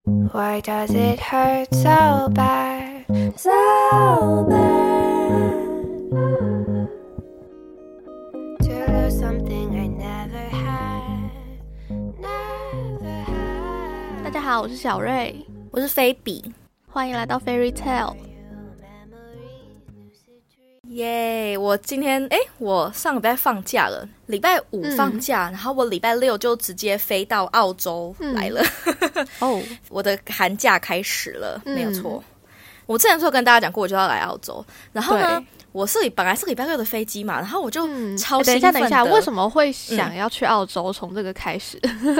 Why does it hurt so bad? So bad to lose something I never had, never had. 大家好，我是小瑞， 我是菲比， 欢迎来到 Fairy Tale。 耶！我今天我上礼拜放假了，礼拜五放假，然后我礼拜六就直接飞到澳洲来了。 哦， 我的寒假开始了，没有错。我之前说跟大家讲过，我就要来澳洲，然后呢，我本来是礼拜六的飞机嘛，然后我就超兴奋的。 等一下，为什么会想要去澳洲？从这个开始。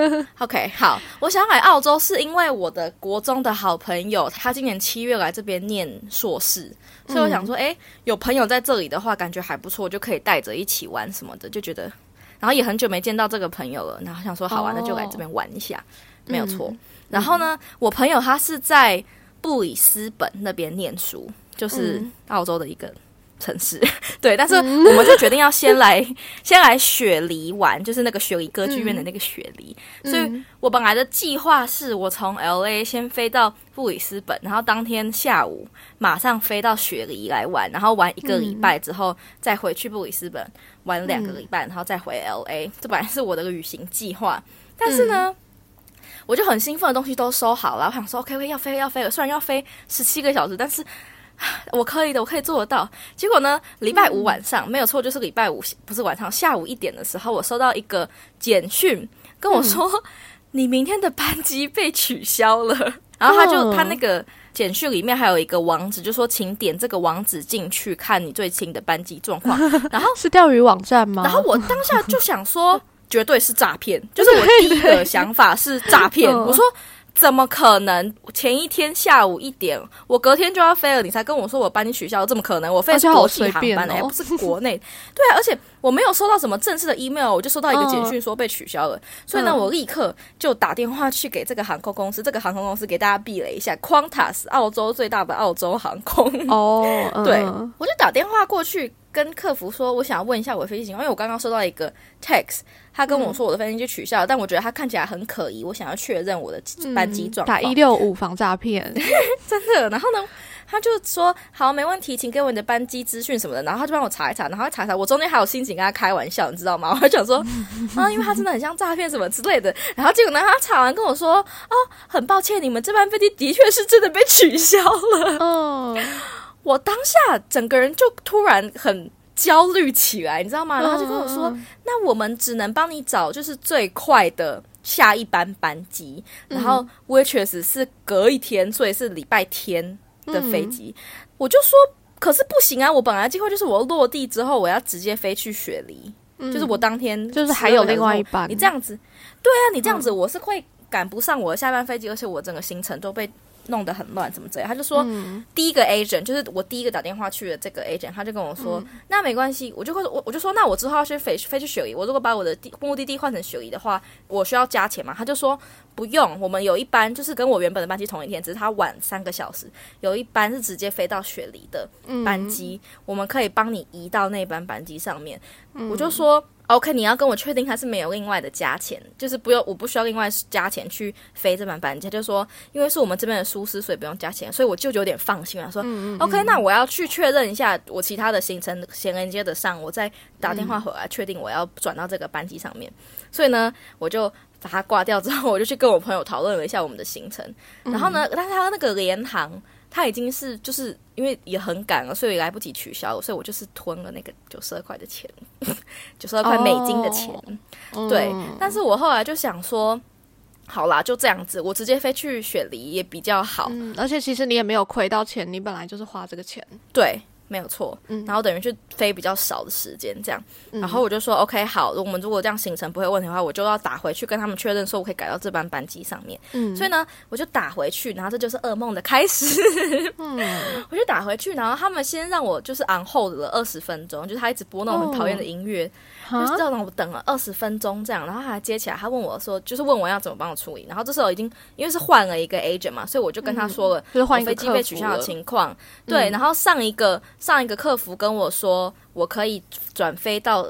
OK， 好，我想要来澳洲是因为我的国中的好朋友，他今年7月来这边念硕士，所以我想说，有朋友在这里的话，感觉还不错，就可以带着一起玩什么的，就觉得，然后也很久没见到这个朋友了，然后想说，好玩，那就来这边玩一下，没有错。然后呢，我朋友他是在布里斯本那边念书，就是澳洲的一个城市，对，但是我们就决定要先来雪梨玩，就是那个雪梨歌剧院的那个雪梨，所以我本来的计划是我从 LA 先飞到布里斯本，然后当天下午马上飞到雪梨来玩，然后玩1个礼拜之后再回去布里斯本玩2个礼拜，然后再回 LA， 这本来是我的旅行计划，但是呢我就很兴奋的东西都收好了，我想说 OK 要飞了，虽然要飞17个小时，但是我可以的，我可以做得到。结果呢，礼拜五晚上没有错，就是礼拜五不是晚上，下午1点的时候，我收到一个简讯跟我说，你明天的班机被取消了。然后他那个简讯里面还有一个网址，就说请点这个网址进去看你最新的班机状况。然后是钓鱼网站吗？ 然后我当下就想说，绝对是诈骗，就是我第一个想法是诈骗。我说怎么可能？前一天下午1点，我隔天就要飞了，你才跟我说我班机取消，怎么可能？我飞是国际航班的，还不是国内。对啊，而且我没有收到什么正式的 email， 我就收到一个简讯说被取消了。所以呢，我立刻就打电话去给这个航空公司，这个航空公司给大家避了一下 ，Qantas， 澳洲最大的澳洲航空。对，我就打电话过去跟客服说，我想要问一下我的飞机情况，因为我刚刚收到一个 text， 他跟我说我的飞机就取消了，但我觉得他看起来很可疑，我想要确认我的班机状况。 打165防诈骗， 真的。然后呢，他就说好，没问题，请给我你的班机资讯什么的。然后他就帮我查一查，然后查一查，我中间还有心情跟他开玩笑，你知道吗？我就想说因为他真的很像诈骗什么之类的。然后结果呢，他查完跟我说很抱歉，你们这班飞机的确是真的被取消了。我当下整个人就突然很焦虑起来，你知道吗？然后他就跟我说，那我们只能帮你找就是最快的下一班班机，然后 which 是隔一天，所以是礼拜天的飞机。我就说可是不行啊，我本来计划就是我落地之后我要直接飞去雪梨，就是我当天就是还有另外一班。 你这样子，对啊，你这样子我是会赶不上我的下班飞机，而且我整个行程都被弄得很乱什么之类。他就说第一个 agent 就是我第一个打电话去的这个 agent， 他就跟我说那没关系，我就说那我之后要去飞去雪梨，我如果把我的目的地换成雪梨的话，我需要加钱吗？他就说不用，我们有一班就是跟我原本的班机同一天，只是他晚3个小时，有一班是直接飞到雪梨的班机，我们可以帮你移到那班班机上面。我就说OK， 你要跟我确定他是没有另外的加钱，就是我不需要另外加钱去飞这班班机。他就说因为是我们这边的疏失，所以不用加钱，所以我就有点放心了，说OK， 那我要去确认一下我其他的行程衔连接得上，我再打电话回来确定我要转到这个班机上面。所以呢，我就把它挂掉之后，我就去跟我朋友讨论了一下我们的行程。然后呢，但是他那个联航他已经是就是因为也很赶了，所以来不及取消，所以我就是吞了那个92块的钱，92块美金的钱。对，但是我后来就想说，好啦，就这样子，我直接飞去雪梨也比较好。 而且其实你也没有亏到钱，你本来就是花这个钱。 对，没有错。然后等于去飞比较少的时间这样。然后我就说 OK 好，我们如果这样行程不会有问题的话，我就要打回去跟他们确认说我可以改到这班班机上面。所以呢我就打回去，然后这就是噩梦的开始。我就打回去，然后他们先让我就是 on hold 了20分钟，就是他一直播那种很讨厌的音乐，就是让我等了20分钟这样。然后他还接起来，他问我说就是问我要怎么帮我处理。然后这时候已经因为是换了一个 agent 嘛，所以我就跟他说了就是换一个飞机被取消的情况。对，然后上一个客服跟我说我可以转飞到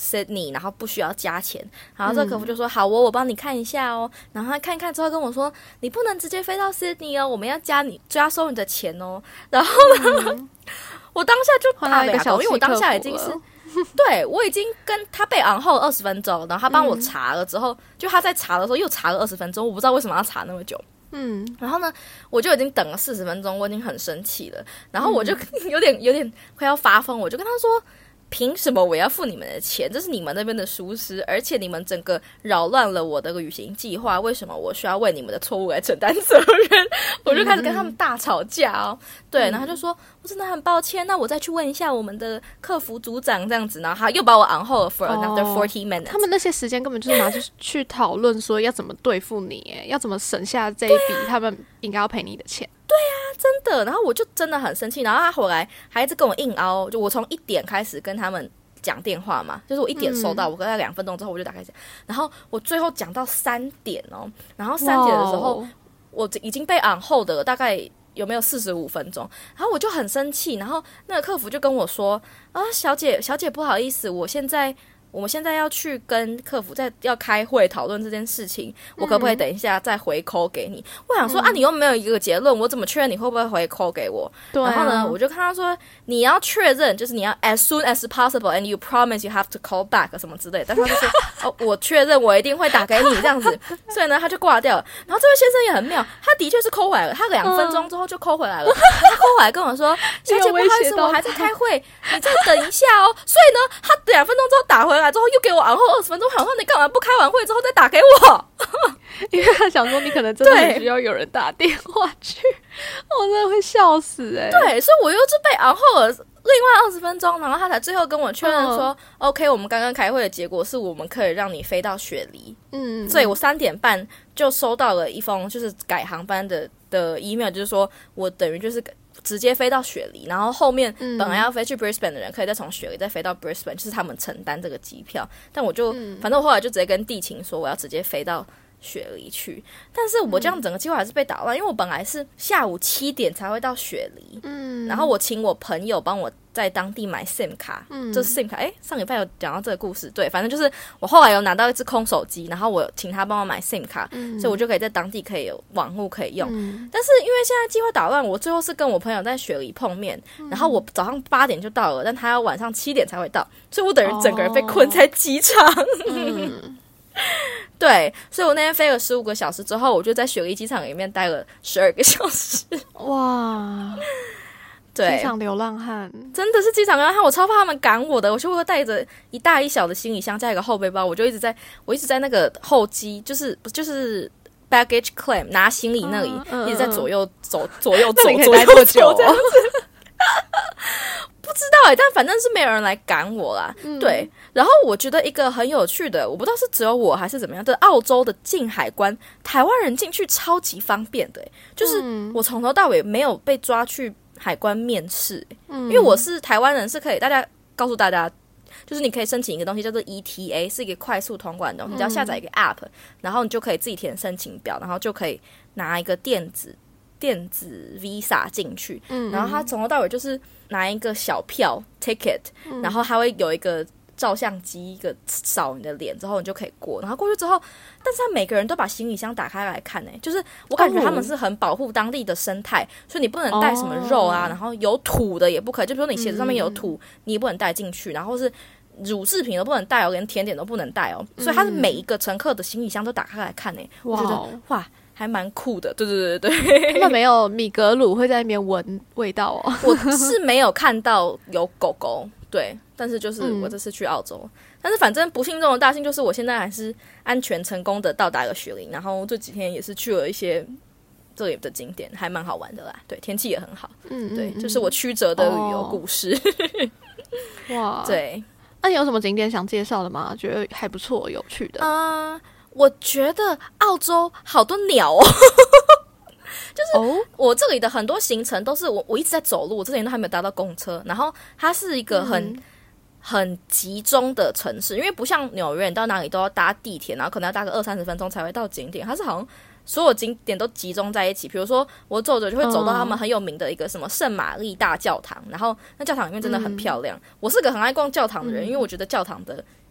Sydney， 然后不需要加钱。然后这个客服就说好我帮你看一下哦。然后他看一看之后跟我说你不能直接飞到 Sydney 哦，我们要收你的钱哦。然后呢，我当下就大不了，因为我当下已经是对，我已经跟他被on hold 20分钟，然后他帮我查了之后，就他在查的时候又查了20分钟，我不知道为什么要查那么久。然后呢，我就已经等了40分钟，我已经很生气了，然后我就有点快要发疯，我就跟他说。凭什么我要付你们的钱？这是你们那边的疏失，而且你们整个扰乱了我的旅行计划，为什么我需要为你们的错误来承担责任？我就开始跟他们大吵架哦。对，然后他就说我真的很抱歉，那我再去问一下我们的客服组长这样子，然后他又把我on hold for another 40 minutes。 他们那些时间根本就是拿去讨论说要怎么对付你，要怎么省下这一笔他们应该要赔你的钱。 对啊，真的。然后我就真的很生气，然后他回来还一直跟我硬凹，就我从1点开始跟他们讲电话嘛，就是我1点收到，我跟他2分钟之后我就打开讲，然后我最后讲到3点哦，然后3点的时候我已经被on hold了，大概有没有45分钟，然后我就很生气，然后那个客服就跟我说小姐不好意思，我们现在要去跟客服要开会讨论这件事情，我可不可以等一下再回 call 给你？我想说你又没有一个结论，我怎么确认你会不会回 call 给我？对然后呢，我就看他说你要确认，就是你要 as soon as possible and you promise you have to call back 什么之类的，但他就说我确认我一定会打给你这样子，所以呢他就挂掉了。然后这位先生也很妙，他的确是 call 回来了，他2分钟之后就 call 回来了，他 call 回来跟我说小姐不好意思，我还在开会，你再等一下哦。所以呢，他2分钟之后打回来之后又给我on hold20分钟，好像你干嘛不开完会之后再打给我？ 因为他想说你可能真的很需要有人打电话去，我真的会笑死对，所以我又是被on hold了另外20分钟，然后他才最后跟我确认说OK， 我们刚刚开会的结果是我们可以让你飞到雪梨。所以我3点半就收到了一封就是改航班的 email， 就是说我等于就是直接飞到雪梨，然后后面本来要飞去 Brisbane 的人可以再从雪梨再飞到 Brisbane， 就是他们承担这个机票。但我就反正我后来就直接跟地勤说我要直接飞到雪梨去，但是我这样整个计划还是被打乱，因为我本来是下午7点才会到雪梨，然后我请我朋友帮我在当地买 SIM 卡，这是 SIM 卡，上礼拜有讲到这个故事，对，反正就是我后来有拿到一只空手机，然后我请他帮我买 SIM 卡，所以我就可以在当地可以有网络可以用，但是因为现在计划打乱，我最后是跟我朋友在雪梨碰面，然后我早上8点就到了，但他要晚上7点才会到，所以我等于整个人被困在机场。对，所以我那天飞了15个小时之后，我就在雪梨机场里面待了12个小时。 哇， 对， 机场流浪汉， 真的是机场流浪汉，我超怕他们赶我的，我就会带着一大一小的行李箱加一个后背包，我一直在那个候机，就是 baggage claim 拿行李那里，一直在左右走，左右走， 那你可以待多久？ 这样子。不知道但反正是没有人来赶我啦。对，然后我觉得一个很有趣的，我不知道是只有我还是怎么样的，澳洲的进海关，台湾人进去超级方便的，就是我从头到尾没有被抓去海关面试，因为我是台湾人，是可以告诉大家。就是你可以申请一个东西叫做 ETA， 是一个快速通关的东西，只要下载一个 App， 然后你就可以自己填申请表，然后就可以拿一个电子 Visa 进去，然后他从头到尾就是拿一个小票 ticket，然后他会有一个照相机，一个扫你的脸之后你就可以过，然后过去之后，但是他每个人都把行李箱打开来看就是我感觉他们是很保护当地的生态，所以你不能带什么肉啊，然后有土的也不可以，就比如说你鞋子上面有土，你也不能带进去，然后是乳制品都不能带连甜点都不能带所以他是每一个乘客的行李箱都打开来看我觉得哇还蛮酷的，对， 他们没有米格鲁会在那边闻味道我是没有看到有狗狗，对，但是就是我这次去澳洲，但是反正不幸中的大幸就是我现在还是安全成功的到达了雪梨，然后这几天也是去了一些这里的景点，还蛮好玩的啦，对，天气也很好，对，就是我曲折的旅游故事。 哇， 对， 那你有什么景点想介绍的吗？觉得还不错有趣的我觉得澳洲好多鸟就是我这里的很多行程都是我一直在走路，我之前都还没有搭到公车，然后它是一个很集中的城市，因为不像纽约你到哪里都要搭地铁，然后可能要搭个20-30分钟才会到景点，它是好像所有景点都集中在一起，比如说我走着就会走到他们很有名的一个什么圣玛丽大教堂，然后那教堂里面真的很漂亮，我是个很爱逛教堂的人，因为我觉得教堂的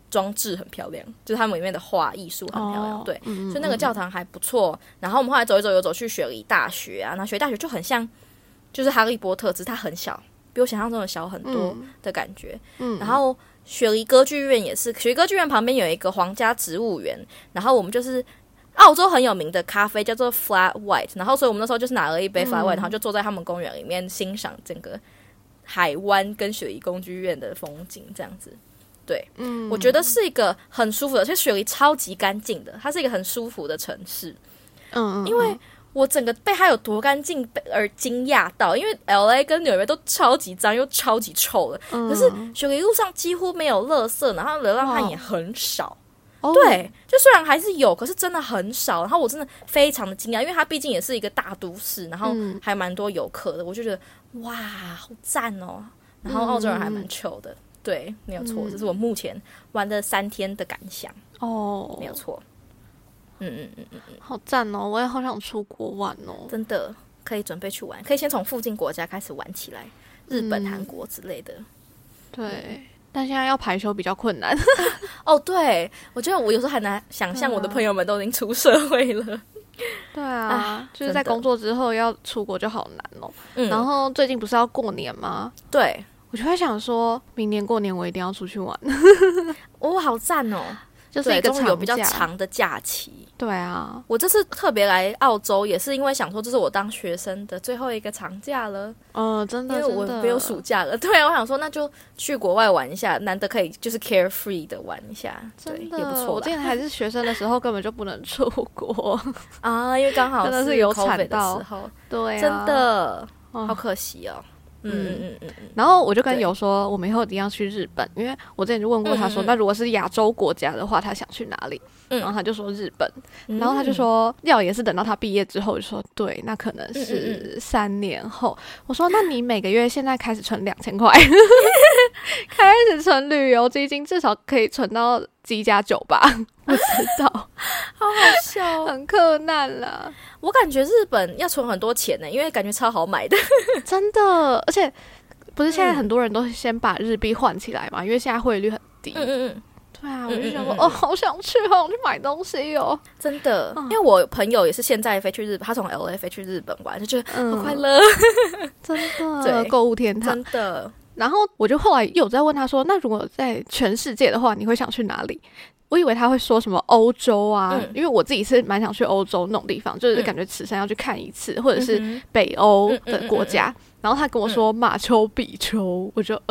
装置很漂亮，就是他们里面的画艺术很漂亮，对，所以那个教堂还不错。然后我们后来走一走，有走去雪梨大学啊，那雪梨大学就很像就是哈利波特，只是它很小，比我想象中的小很多的感觉。然后雪梨歌剧院也是，雪梨歌剧院旁边有一个皇家植物园，然后我们就是澳洲很有名的咖啡叫做 Flat White， 然后所以我们那时候就是拿了一杯 Flat White，然后就坐在他们公园里面欣赏整个海湾跟雪梨歌剧院的风景，这样子。对，我觉得是一个很舒服的，而且雪梨超级干净的，它是一个很舒服的城市。因为我整个被它有多干净而惊讶到，因为 LA 跟纽约都超级脏又超级臭的，可是雪梨路上几乎没有垃圾，然后流浪汉也很少。对，就虽然还是有，可是真的很少。然后我真的非常的惊讶，因为它毕竟也是一个大都市，然后还蛮多游客的，我就觉得哇，好赞哦！然后澳洲人还蛮 chill 的，对，没有错，这是我目前玩的3天的感想。没有错。 好赞哦！我也好想出国玩哦， 真的可以准备去玩，可以先从附近国家开始玩起来，日本、韩国之类的。 对。但现在要排休比较困难。 对，我觉得我有时候很难想象我的朋友们都已经出社会了。 对啊，就是在工作之后要出国就好难哦。然后最近不是要过年吗？ 对， 我就会想说明年过年我一定要出去玩。 好赞哦！ 就是一个终于有比较长的假期。 对啊， 我这次特别来澳洲也是因为想说这是我当学生的最后一个长假了。 真的， 因为我没有暑假了。对啊，我想说那就去国外玩一下，难得可以就是 carefree 的玩一下，对，也不错。 我之前还是学生的时候根本就不能出国啊，因为刚好真的是有惨到的时候， 对啊， 真的好可惜哦。 然后我就跟友说，我们以后一定要去日本，因为我之前就问过他说，那如果是亚洲国家的话，他想去哪里？然后他就说日本，然后他就说要也是等到他毕业之后，就说对，那可能是3年后。我说那你每个月现在开始存2000块，开始存旅游基金，至少可以存到7+9吧？不知道， 好好笑， 很困难啦。 我感觉日本要存很多钱呢，因为感觉超好买的， 真的。而且不是现在很多人都先把日币换起来嘛，因为现在汇率很低。对啊，我就想说，好想去买东西哦， 真的。因为我朋友也是现在飞去日本，他从 LA 飞去日本玩，就觉得好快乐， 真的，购物天堂， 真的。 然后我就后来又在问他说，那如果在全世界的话，你会想去哪里？我以为他会说什么欧洲啊，因为我自己是蛮想去欧洲那种地方，就是感觉此生要去看一次，或者是北欧的国家。然后他跟我说马丘比丘，我就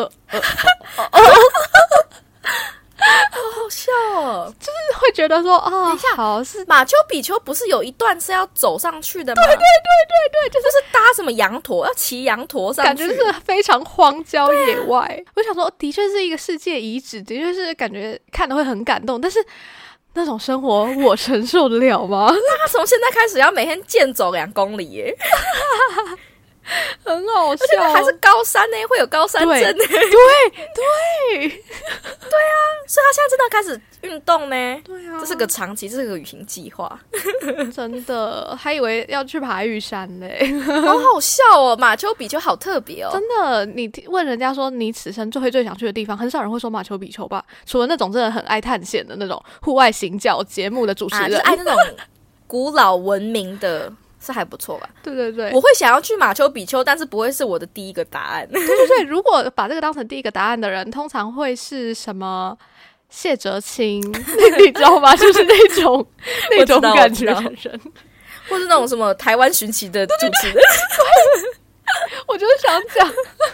好好笑哦， 就是会觉得说等一下， 好是马丘比丘不是有一段是要走上去的吗？ 对， 就是搭什么羊驼，要骑羊驼上去， 感觉是非常荒郊野外。我想说，的确是一个世界遗址，的确是感觉看得会很感动，但是那种生活我承受得了吗？ 那他从现在开始要每天健走2公里耶。 很好笑， 而且还是高山呢，会有高山症呢。 对啊，所以他现在真的开始运动呢。 对啊， 这是个长期，这是个旅行计划。 真的，还以为要去爬玉山呢， 好好笑哦！马丘比丘好特别哦， 真的。你问人家说你此生最想去的地方，很少人会说马丘比丘吧？除了那种真的很爱探险的那种户外行脚节目的主持人， 就是爱那种古老文明的。是还不错吧？ 对， 我会想要去马丘比丘，但是不会是我的第一个答案。 对，如果把这个当成第一个答案的人，通常会是什么谢哲青，你知道吗？就是那种感觉的人， 或是那种什么台湾寻奇的主持人。 我就是想讲，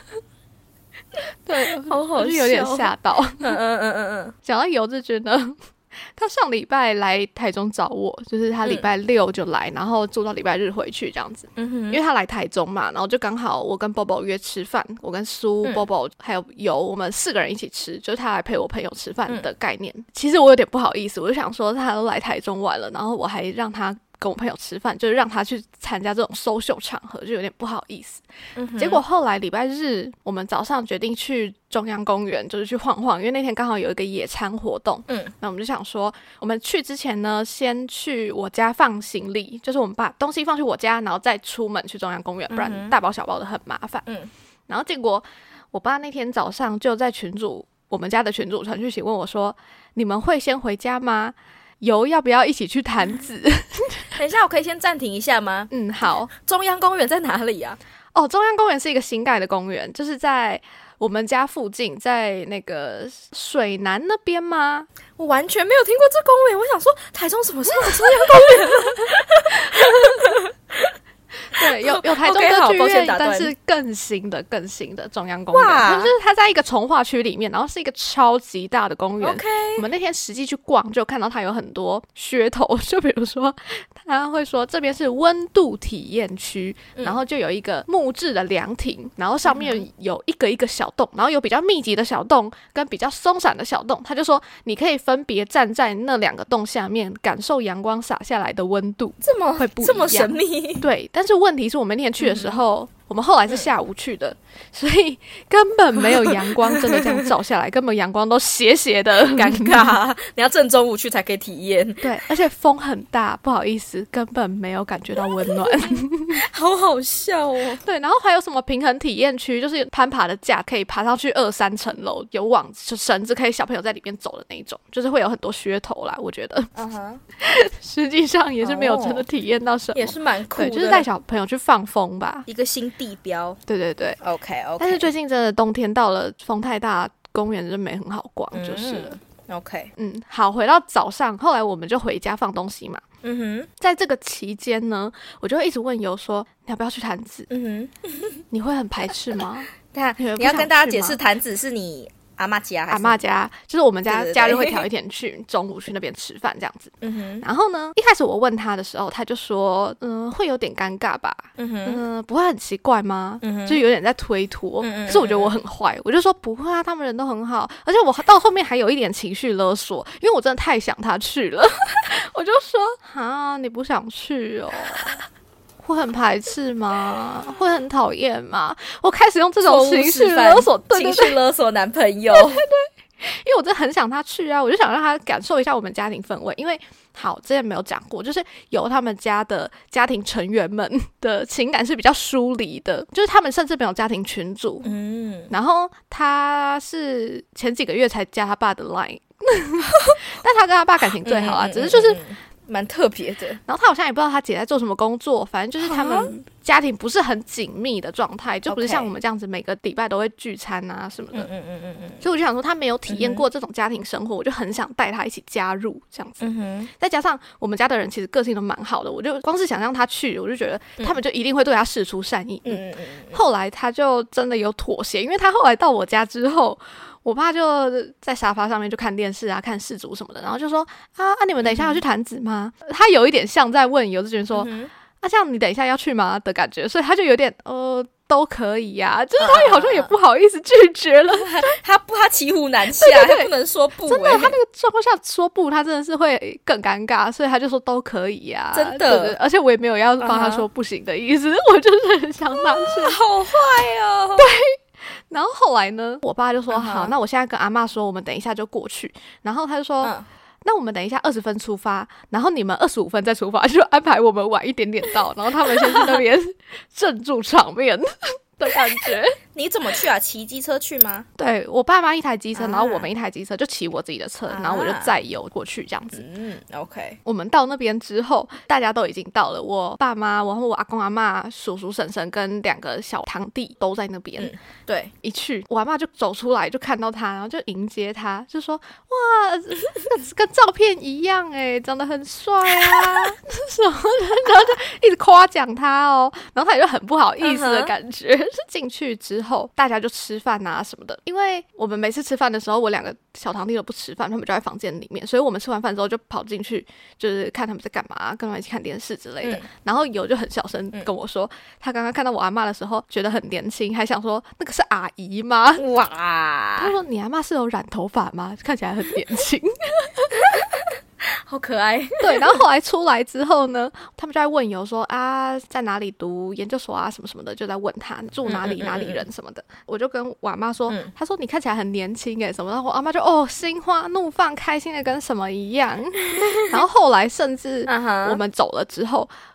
对， 好好笑， 就是有点吓到。讲到游志军呢。他上礼拜来台中找我，就是他礼拜6就来，然后住到礼拜日回去这样子。因为他来台中嘛，然后就刚好我跟 Bobo 约吃饭，我跟苏、Bobo 还有油，我们4个人一起吃，就是他来陪我朋友吃饭的概念。其实我有点不好意思，我就想说他都来台中玩了，然后我还让他跟我朋友吃饭，就是让他去参加这种 social 场合，就有点不好意思。结果后来礼拜日我们早上决定去中央公园，就是去晃晃，因为那天刚好有一个野餐活动。那我们就想说我们去之前呢，先去我家放行李，就是我们把东西放去我家，然后再出门去中央公园，不然大包小包的很麻烦。然后结果我爸那天早上就在群组我们家的群组传讯息问我说，你们会先回家吗？游要不要一起去潭子？ 等一下，我可以先暂停一下吗？ 好。 中央公园在哪里啊？ 中央公园是一个新盖的公园，就是在我们家附近，在那个水南那边吗？ 我完全没有听过这公园，我想说台中什么时候有中央公园了？ 对，有台中歌剧院，但是更新的中央公园，就是它在一个重划区里面，然后是一个超级大的公园。我们那天实际去逛，就看到它有很多噱头，就比如说他会说这边是温度体验区，然后就有一个木质的凉亭，然后上面有一个一个小洞，然后有比较密集的小洞跟比较松散的小洞，他就说你可以分别站在那2个洞下面，感受阳光洒下来的温度，会不一样， 这么神秘。 对，但是问题是我们那天去的时候，我们后来是下午去的，所以根本没有阳光真的这样照下来，根本阳光都斜斜的， 尴尬。你要正中午去才可以体验。 对，而且风很大，不好意思，根本没有感觉到温暖。 好好笑哦。 对，然后还有什么平衡体验区，就是攀爬的架可以爬上去2、3层楼，有网绳子可以小朋友在里面走的那一种，就是会有很多噱头啦，我觉得。实际上也是没有真的体验到什么， 也是蛮酷的。 对，就是带小朋友去放风吧， 一个新地标。 对对对 ，OK。 但是最近真的冬天到了，风太大，公园真没很好逛，就是了。 OK。 好，回到早上，后来我们就回家放东西嘛。在这个期间呢，我就会一直问游说，你要不要去潭子？你会很排斥吗？ 你要跟大家解释，潭子是你阿嬷家还是？ 阿嬷家，就是我们家假日会挑一天去，中午去那边吃饭这样子。然后呢，一开始我问他的时候，他就说，会有点尴尬吧？不会很奇怪吗？就有点在推脱。可是我觉得我很坏，我就说不会啊，他们人都很好，而且我到后面还有一点情绪勒索，因为我真的太想他去了，我就说啊，你不想去哦？会很排斥吗？会很讨厌吗？我开始用这种情绪勒索， 情绪勒索男朋友。 对，因为我真的很想他去啊，我就想让他感受一下我们家庭氛围。因为好，之前没有讲过，就是有他们家的家庭成员们的情感是比较疏离的，就是他们甚至没有家庭群组。然后他是前几个月才加他爸的 Line， 但他跟他爸感情最好啊，只是就是蛮特别的。 然后他好像也不知道他姐在做什么工作，反正就是他们家庭不是很紧密的状态，就不是像我们这样子每个礼拜都会聚餐啊什么的。所以我就想说他没有体验过这种家庭生活，我就很想带他一起加入这样子。再加上我们家的人其实个性都蛮好的，我就光是想让他去，我就觉得他们就一定会对他释出善意。后来他就真的有妥协，因为他后来到我家之后，我爸就在沙发上面就看电视啊，看世足什么的，然后就说你们等一下要去潭子吗？他有一点像在问游志军说，这样你等一下要去吗的感觉，所以他就有点都可以呀，就是他好像也不好意思拒绝了。 他骑虎难下，他不能说不。 真的，他那个状况下说不，他真的是会更尴尬，所以他就说都可以呀。 真的， 对，而且我也没有要帮他说不行的意思，我就是很想拿去。 好坏哦。 对。然后后来呢，我爸就说好，那我现在跟阿嬷说，我们等一下就过去。然后他就说，那我们等一下20分出发，然后你们25分再出发，就安排我们晚一点点到，然后他们先去那边镇住场面的感觉。 你怎么去啊？骑机车去吗？ 对，我爸妈一台机车，然后我们一台机车，就骑我自己的车，然后我就载油过去这样子。 OK。 我们到那边之后，大家都已经到了，我爸妈，然后我阿公阿嬷、叔叔婶婶跟2个小堂弟都在那边。 对， 一去我阿嬷就走出来，就看到他，然后就迎接他，就说哇，跟照片一样哎，长得很帅啊什么的，然后就一直夸奖他哦，然后他也就很不好意思的感觉。进去之后，大家就吃饭啊什么的，因为我们每次吃饭的时候，我2个小堂弟都不吃饭，他们就在房间里面，所以我们吃完饭之后就跑进去，就是看他们在干嘛，跟他们一起看电视之类的。然后有就很小声跟我说，他刚刚看到我阿嬷的时候觉得很年轻，还想说那个是阿姨吗？ 哇！ 他说你阿嬷是有染头发吗？看起来很年轻。 好可爱。 对，然后后来出来之后呢，他们就在问游说在哪里读研究所啊什么什么的，就在问他住哪里哪里人什么的。我就跟我阿嬷说，他说你看起来很年轻什么的，然后我阿嬷就心花怒放，开心的跟什么一样。然后后来甚至我们走了之后，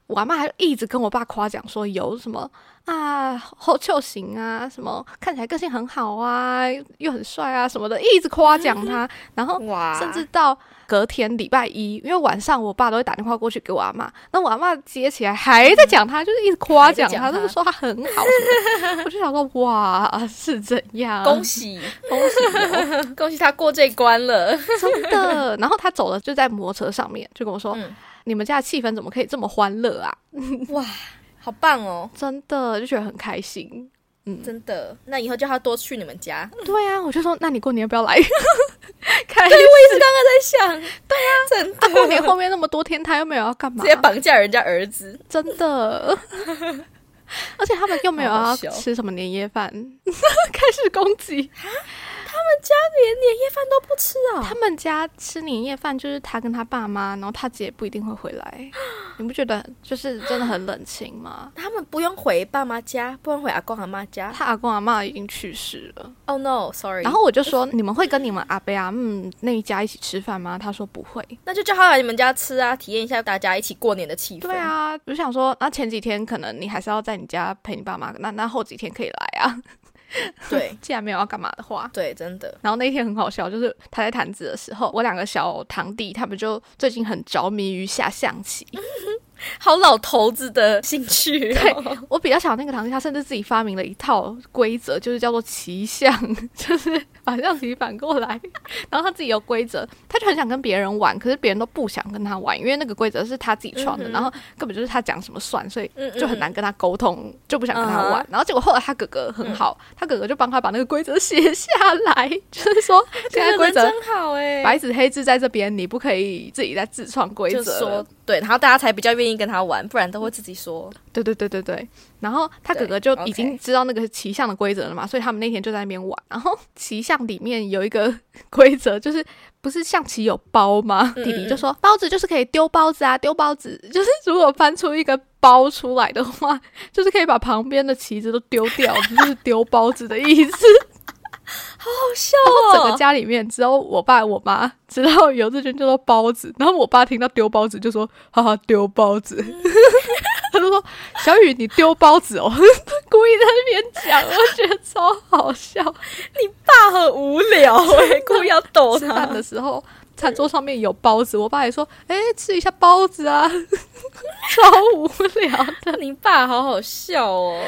我阿嬷还一直跟我爸夸奖说有什么啊好秀型啊，什么看起来个性很好啊，又很帅啊什么的，一直夸奖他。然后甚至到隔天礼拜一，因为晚上我爸都会打电话过去给我阿嬷，那我阿嬷接起来还在讲他，就是一直夸奖他，就是说他很好什么我就想说哇是怎样， 恭喜恭喜他过这关了真的。然后他走了就在摩托车上面就跟我说你们家的气氛怎么可以这么欢乐啊哇好棒哦， 真的就觉得很开心。 真的，那以后叫他多去你们家。 对啊，我就说那你过年要不要来对，我也是刚刚在想，对啊，真的过年后面那么多天他又没有要干嘛， 直接绑架人家儿子， 真的而且他们又没有要吃什么年夜饭开始攻击他们家连年夜饭都不吃啊？ 他们家吃年夜饭就是他跟他爸妈，然后他姐不一定会回来你不觉得就是真的很冷清吗？ 他们不用回爸妈家，不用回阿公阿妈家， 他阿公阿嬷已经去世了。 Oh no sorry。 然后我就说你们会跟你们阿伯阿姆那一家一起吃饭吗？他说不会。 那就叫他来你们家吃啊，体验一下大家一起过年的气氛。 对啊，我就想说那前几天可能你还是要在你家陪你爸妈，那后几天可以来啊对既然没有要干嘛的话。 对，真的。 然后那一天很好笑，就是他在谈资的时候，我两个小堂弟他们就最近很着迷于下象棋好老头子的兴趣对，我比较小那个堂弟他甚至自己发明了一套规则，就是叫做棋象就是把象棋反过来然后他自己有规则，他就很想跟别人玩，可是别人都不想跟他玩，因为那个规则是他自己创的然后根本就是他讲什么算，所以就很难跟他沟通就不想跟他玩然后结果后来他哥哥很好他哥哥就帮他把那个规则写下来就是说现在规则真好耶， 白纸黑字在这边，你不可以自己再自创规则， 就说对，然后大家才比较愿意跟他玩，不然都会自己说。 对，然后他哥哥就已经知道那个棋象的规则了嘛，所以他们那天就在那边玩。然后棋象里面有一个规则，就是不是象棋有包吗？弟弟就说包子就是可以丢包子啊，丢包子就是如果翻出一个包出来的话，就是可以把旁边的棋子都丢掉，就是丢包子的意思。 好好笑哦！ 整个家里面只有我爸我妈知道有这圈叫做包子，然后我爸听到丢包子就说哈哈丢包子他就说小雨你丢包子哦故意在那边讲，我觉得超好笑你爸很无聊故意要逗他。 吃饭的时候餐桌上面有包子，我爸也说吃一下包子啊超无聊的。 你爸好好笑哦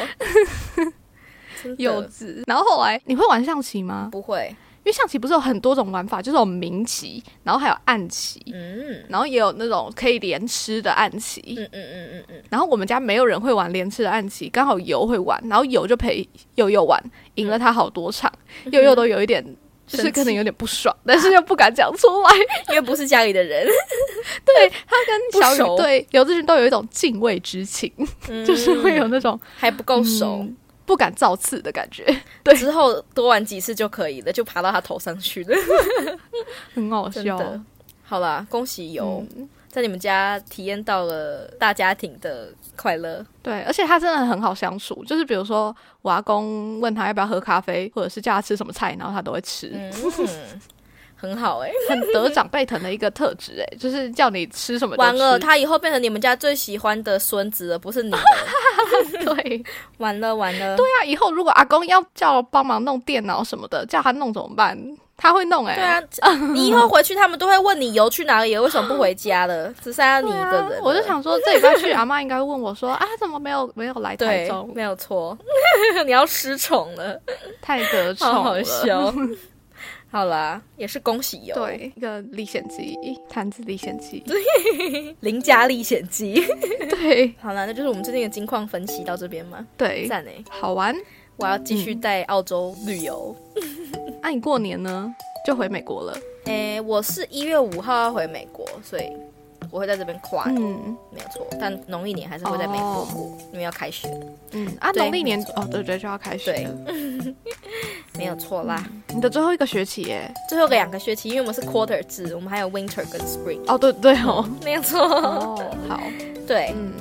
幼稚。然后后来你会玩象棋吗？ 不会， 因为象棋不是有很多种玩法，就是有明棋，然后还有暗棋，然后也有那种可以连吃的暗棋，然后我们家没有人会玩连吃的暗棋，刚好游会玩，然后游就陪悠悠玩，赢了他好多场，悠悠都有一点就是可能有点不爽，但是又不敢讲出来因为不是家里的人对，他跟小雨对游志勋都有一种敬畏之情就是会有那种还不够熟不敢造次的感觉。对， 之后多玩几次就可以了，就爬到他头上去了很好笑。 好啦，恭喜游在你们家体验到了大家庭的快乐。 对，而且他真的很好相处，就是比如说我阿公问他要不要喝咖啡，或者是叫他吃什么菜，然后他都会吃很好很得长辈疼的一个特质就是叫你吃什么就吃。 完了，他以后变成你们家最喜欢的孙子了，不是你的对， 完了对啊，以后如果阿公要叫帮忙弄电脑什么的，叫他弄怎么办？他会弄对啊你以后回去他们都会问你游去哪里了，为什么不回家了只剩下你一个人我就想说这礼拜去阿嬷应该会问我说怎么没有来台中。 对，没有错你要失宠了， 太得宠了， 好好笑好啦，也是恭喜游， 对，一个历险记，谈资历险记， 邻家历险记对， 好啦，那就是我们最近的近况分析到这边嘛。 对， 赞好玩。 我要继续在澳洲旅游你过年呢就回美国了？ 我是1月5号要回美国，所以我会在这边跨年没有错，但农历年还是会在美国过因为要开学农历年对就要开学了没有错啦你的最后一个学期耶， 最后2个学期，因为我们是 quarter 制，我们还有 winter 跟 spring 对没有错好对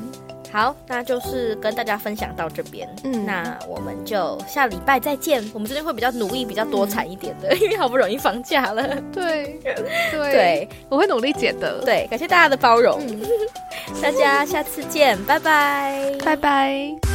好，那就是跟大家分享到这边。那我们就下礼拜再见。我们这边会比较努力、比较多产一点的，因为好不容易放假了。 对，我会努力剪的。 对，感谢大家的包容。大家下次见，拜拜， 拜拜。